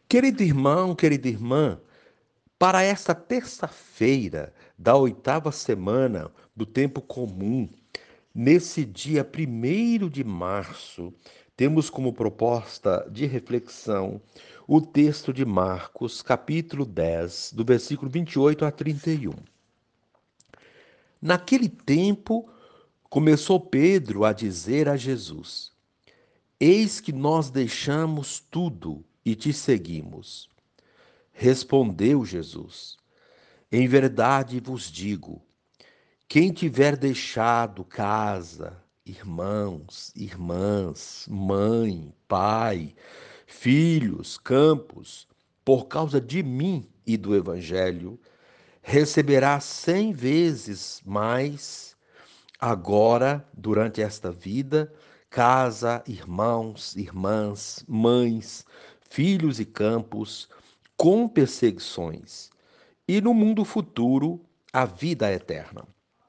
Querido irmão, querida irmã, para esta terça-feira da oitava semana do tempo comum, nesse dia 1º de março, temos como proposta de reflexão o texto de Marcos, capítulo 10, do versículo 28 a 31. Naquele tempo, começou Pedro a dizer a Jesus: Eis que nós deixamos tudo e te seguimos. Respondeu Jesus: Em verdade vos digo, quem tiver deixado casa, irmãos, irmãs, mãe, pai, filhos, campos, por causa de mim e do Evangelho, receberá 100 vezes mais agora, durante esta vida, casa, irmãos, irmãs, mães, filhos e campos, com perseguições, e no mundo futuro, a vida eterna.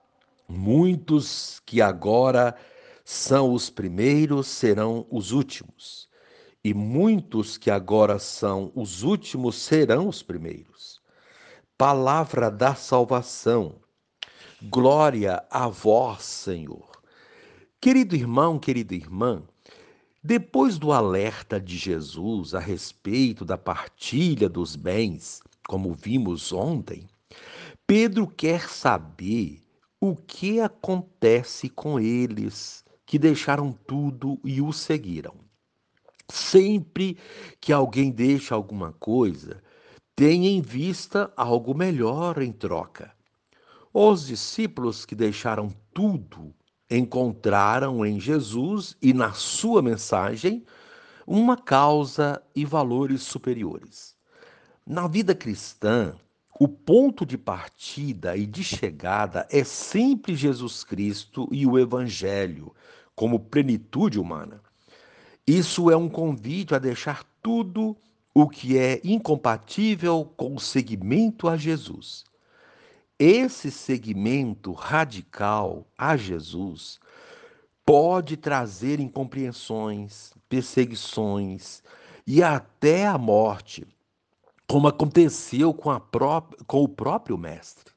Muitos que agora são os primeiros serão os últimos, e muitos que agora são os últimos serão os primeiros. Palavra da salvação. Glória a vós, Senhor. Querido irmão, querida irmã, depois do alerta de Jesus a respeito da partilha dos bens, como vimos ontem, Pedro quer saber o que acontece com eles que deixaram tudo e o seguiram. Sempre que alguém deixa alguma coisa, tem em vista algo melhor em troca. Os discípulos que deixaram tudo encontraram em Jesus e na sua mensagem uma causa e valores superiores. Na vida cristã, o ponto de partida e de chegada é sempre Jesus Cristo e o Evangelho, como plenitude humana. Isso é um convite a deixar tudo o que é incompatível com o seguimento a Jesus. Esse seguimento radical a Jesus pode trazer incompreensões, perseguições e até a morte, como aconteceu com o próprio Mestre.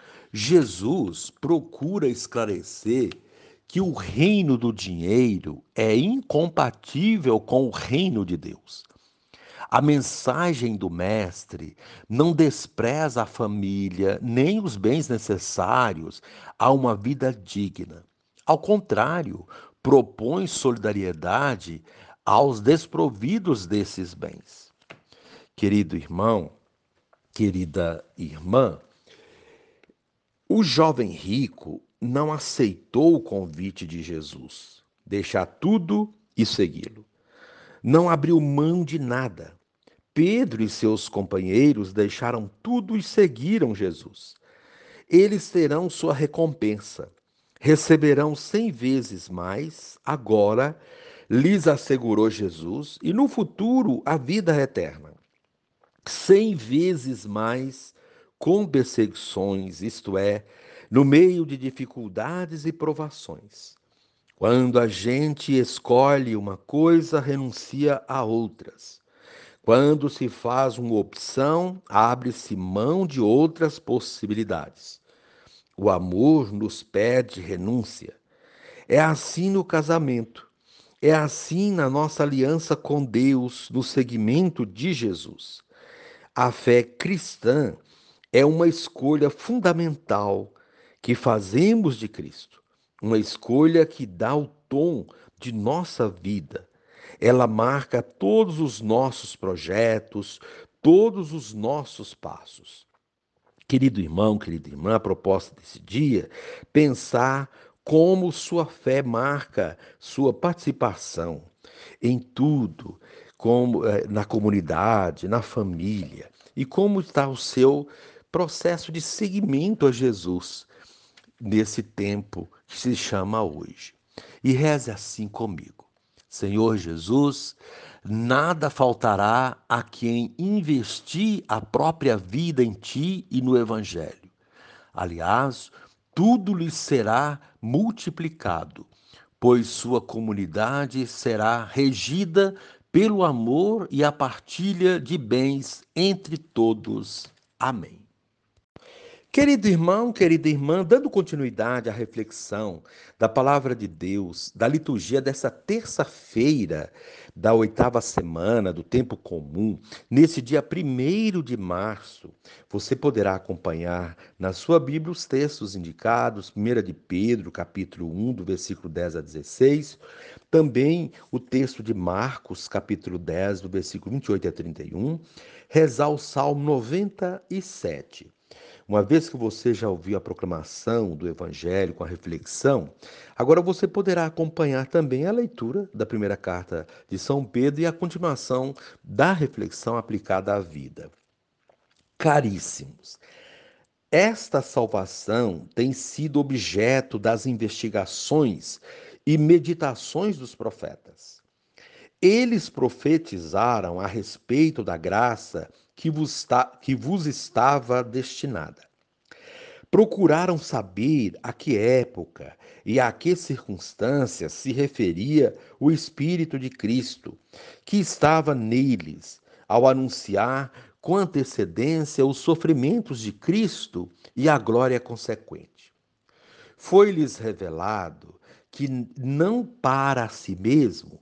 Jesus procura esclarecer que o reino do dinheiro é incompatível com o reino de Deus. A mensagem do Mestre não despreza a família nem os bens necessários a uma vida digna. Ao contrário, propõe solidariedade aos desprovidos desses bens. Querido irmão, querida irmã, o jovem rico não aceitou o convite de Jesus, deixar tudo e segui-lo. Não abriu mão de nada. Pedro e seus companheiros deixaram tudo e seguiram Jesus. Eles terão sua recompensa. Receberão 100 vezes mais, agora, lhes assegurou Jesus, e no futuro a vida eterna. 100 vezes mais com perseguições, isto é, no meio de dificuldades e provações. Quando a gente escolhe uma coisa, renuncia a outras. Quando se faz uma opção, abre-se mão de outras possibilidades. O amor nos pede renúncia. É assim no casamento. É assim na nossa aliança com Deus, no seguimento de Jesus. A fé cristã é uma escolha fundamental que fazemos de Cristo, uma escolha que dá o tom de nossa vida. Ela marca todos os nossos projetos, todos os nossos passos. Querido irmão, querida irmã, a proposta desse dia, pensar como sua fé marca sua participação em tudo, como na comunidade, na família, e como está o seu processo de seguimento a Jesus nesse tempo que se chama hoje. E reze assim comigo. Senhor Jesus, nada faltará a quem investir a própria vida em ti e no Evangelho. Aliás, tudo lhe será multiplicado, pois sua comunidade será regida pelo amor e a partilha de bens entre todos. Amém. Querido irmão, querida irmã, dando continuidade à reflexão da palavra de Deus, da liturgia dessa terça-feira da oitava semana do tempo comum, nesse dia 1º de março, você poderá acompanhar na sua Bíblia os textos indicados, 1 de Pedro, capítulo 1, do versículo 10 a 16, também o texto de Marcos, capítulo 10, do versículo 28 a 31, rezar o Salmo 97. Uma vez que você já ouviu a proclamação do Evangelho com a reflexão, agora você poderá acompanhar também a leitura da primeira carta de São Pedro e a continuação da reflexão aplicada à vida. Caríssimos, esta salvação tem sido objeto das investigações e meditações dos profetas. Eles profetizaram a respeito da graça que vos estava destinada. Procuraram saber a que época e a que circunstâncias se referia o Espírito de Cristo, que estava neles, ao anunciar com antecedência os sofrimentos de Cristo e a glória consequente. Foi-lhes revelado que não para si mesmo,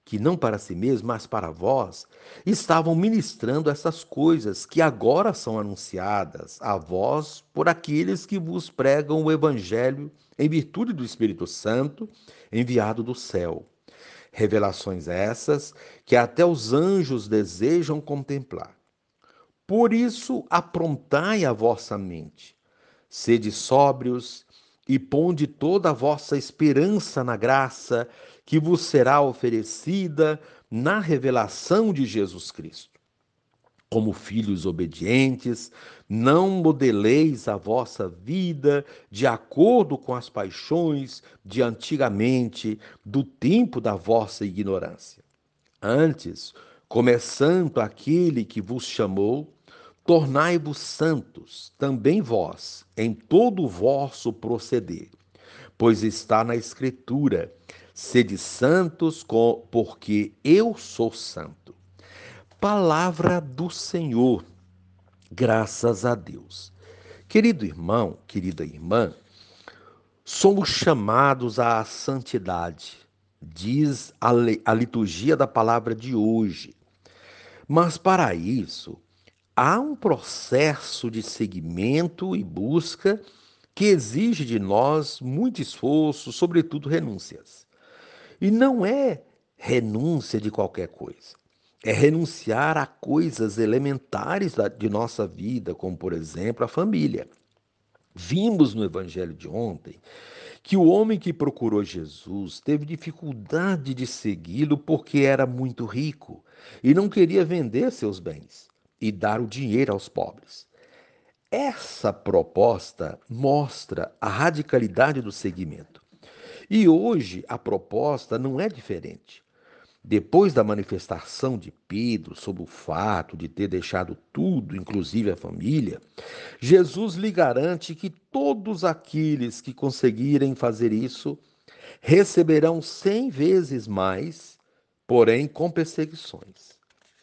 mas para vós, estavam ministrando essas coisas que agora são anunciadas a vós por aqueles que vos pregam o Evangelho em virtude do Espírito Santo enviado do céu. Revelações essas que até os anjos desejam contemplar. Por isso, aprontai a vossa mente, sede sóbrios e ponde toda a vossa esperança na graça que vos será oferecida na revelação de Jesus Cristo. Como filhos obedientes, não modeleis a vossa vida de acordo com as paixões de antigamente, do tempo da vossa ignorância. Antes, começando aquele que vos chamou, tornai-vos santos, também vós, em todo o vosso proceder. Pois está na Escritura: sede santos, porque eu sou santo. Palavra do Senhor, graças a Deus. Querido irmão, querida irmã, somos chamados à santidade, diz a liturgia da palavra de hoje. Mas para isso, há um processo de seguimento e busca que exige de nós muito esforço, sobretudo renúncias. E não é renúncia de qualquer coisa. É renunciar a coisas elementares de nossa vida, como, por exemplo, a família. Vimos no evangelho de ontem que o homem que procurou Jesus teve dificuldade de segui-lo porque era muito rico e não queria vender seus bens e dar o dinheiro aos pobres. Essa proposta mostra a radicalidade do segmento. E hoje a proposta não é diferente. Depois da manifestação de Pedro sobre o fato de ter deixado tudo, inclusive a família, Jesus lhe garante que todos aqueles que conseguirem fazer isso receberão 100 vezes mais, porém com perseguições.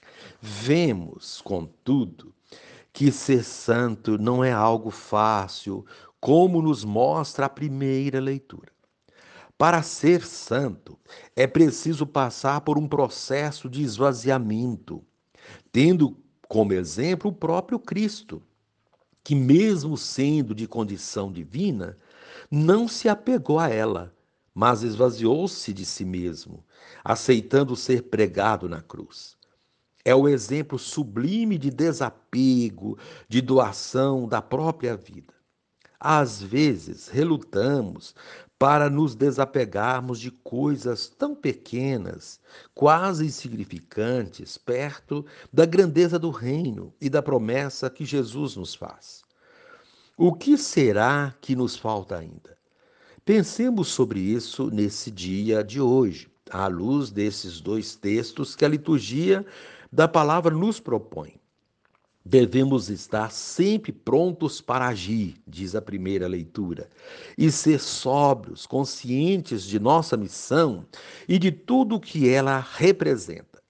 Vemos, contudo, que ser santo não é algo fácil, como nos mostra a primeira leitura. Para ser santo, é preciso passar por um processo de esvaziamento, tendo como exemplo o próprio Cristo, que, mesmo sendo de condição divina, não se apegou a ela, mas esvaziou-se de si mesmo, aceitando ser pregado na cruz. É o exemplo sublime de desapego, de doação da própria vida. Às vezes, relutamos para nos desapegarmos de coisas tão pequenas, quase insignificantes, perto da grandeza do reino e da promessa que Jesus nos faz. O que será que nos falta ainda? Pensemos sobre isso nesse dia de hoje, à luz desses dois textos que a liturgia da palavra nos propõe. Devemos estar sempre prontos para agir, diz a primeira leitura, e ser sóbrios, conscientes de nossa missão e de tudo o que ela representa.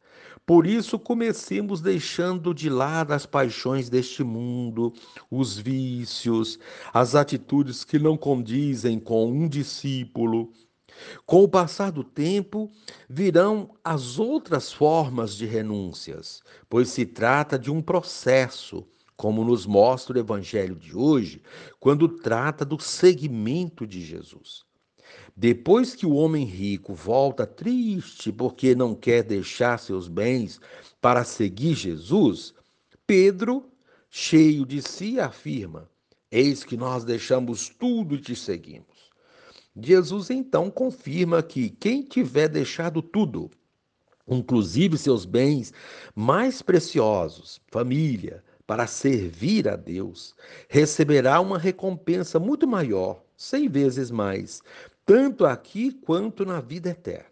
Por isso, comecemos deixando de lado as paixões deste mundo, os vícios, as atitudes que não condizem com um discípulo. Com o passar do tempo, virão as outras formas de renúncias, pois se trata de um processo, como nos mostra o Evangelho de hoje, quando trata do seguimento de Jesus. Depois que o homem rico volta triste porque não quer deixar seus bens para seguir Jesus, Pedro, cheio de si, afirma: Eis que nós deixamos tudo e te seguimos. Jesus então confirma que quem tiver deixado tudo, inclusive seus bens mais preciosos, família, para servir a Deus, receberá uma recompensa muito maior, 100 vezes mais, tanto aqui quanto na vida eterna.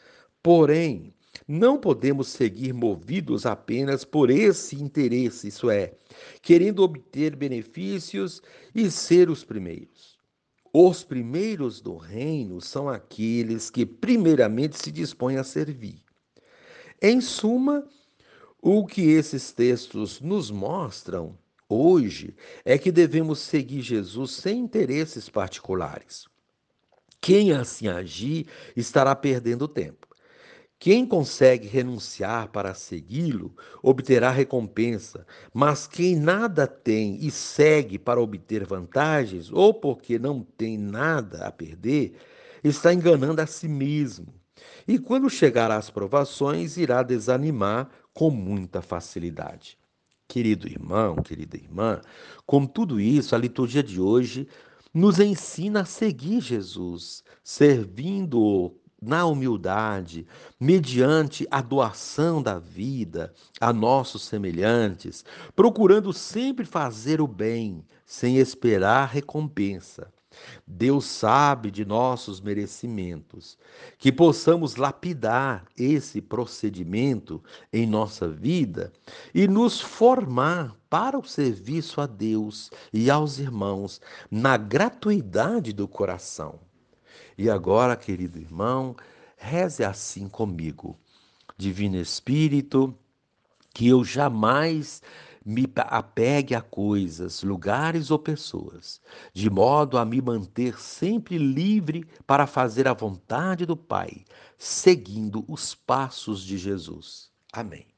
Porém, não podemos seguir movidos apenas por esse interesse, isso é, querendo obter benefícios e ser os primeiros. Os primeiros do reino são aqueles que primeiramente se dispõem a servir. Em suma, o que esses textos nos mostram hoje é que devemos seguir Jesus sem interesses particulares. Quem assim agir estará perdendo tempo. Quem consegue renunciar para segui-lo obterá recompensa, mas quem nada tem e segue para obter vantagens, ou porque não tem nada a perder, está enganando a si mesmo. E quando chegar às provações, irá desanimar com muita facilidade. Querido irmão, querida irmã, com tudo isso, a liturgia de hoje nos ensina a seguir Jesus, servindo-o na humildade, mediante a doação da vida a nossos semelhantes, procurando sempre fazer o bem, sem esperar recompensa. Deus sabe de nossos merecimentos, que possamos lapidar esse procedimento em nossa vida e nos formar para o serviço a Deus e aos irmãos na gratuidade do coração. E agora, querido irmão, reze assim comigo. Divino Espírito, que eu jamais apegue a coisas, lugares ou pessoas, de modo a me manter sempre livre para fazer a vontade do Pai, seguindo os passos de Jesus. Amém.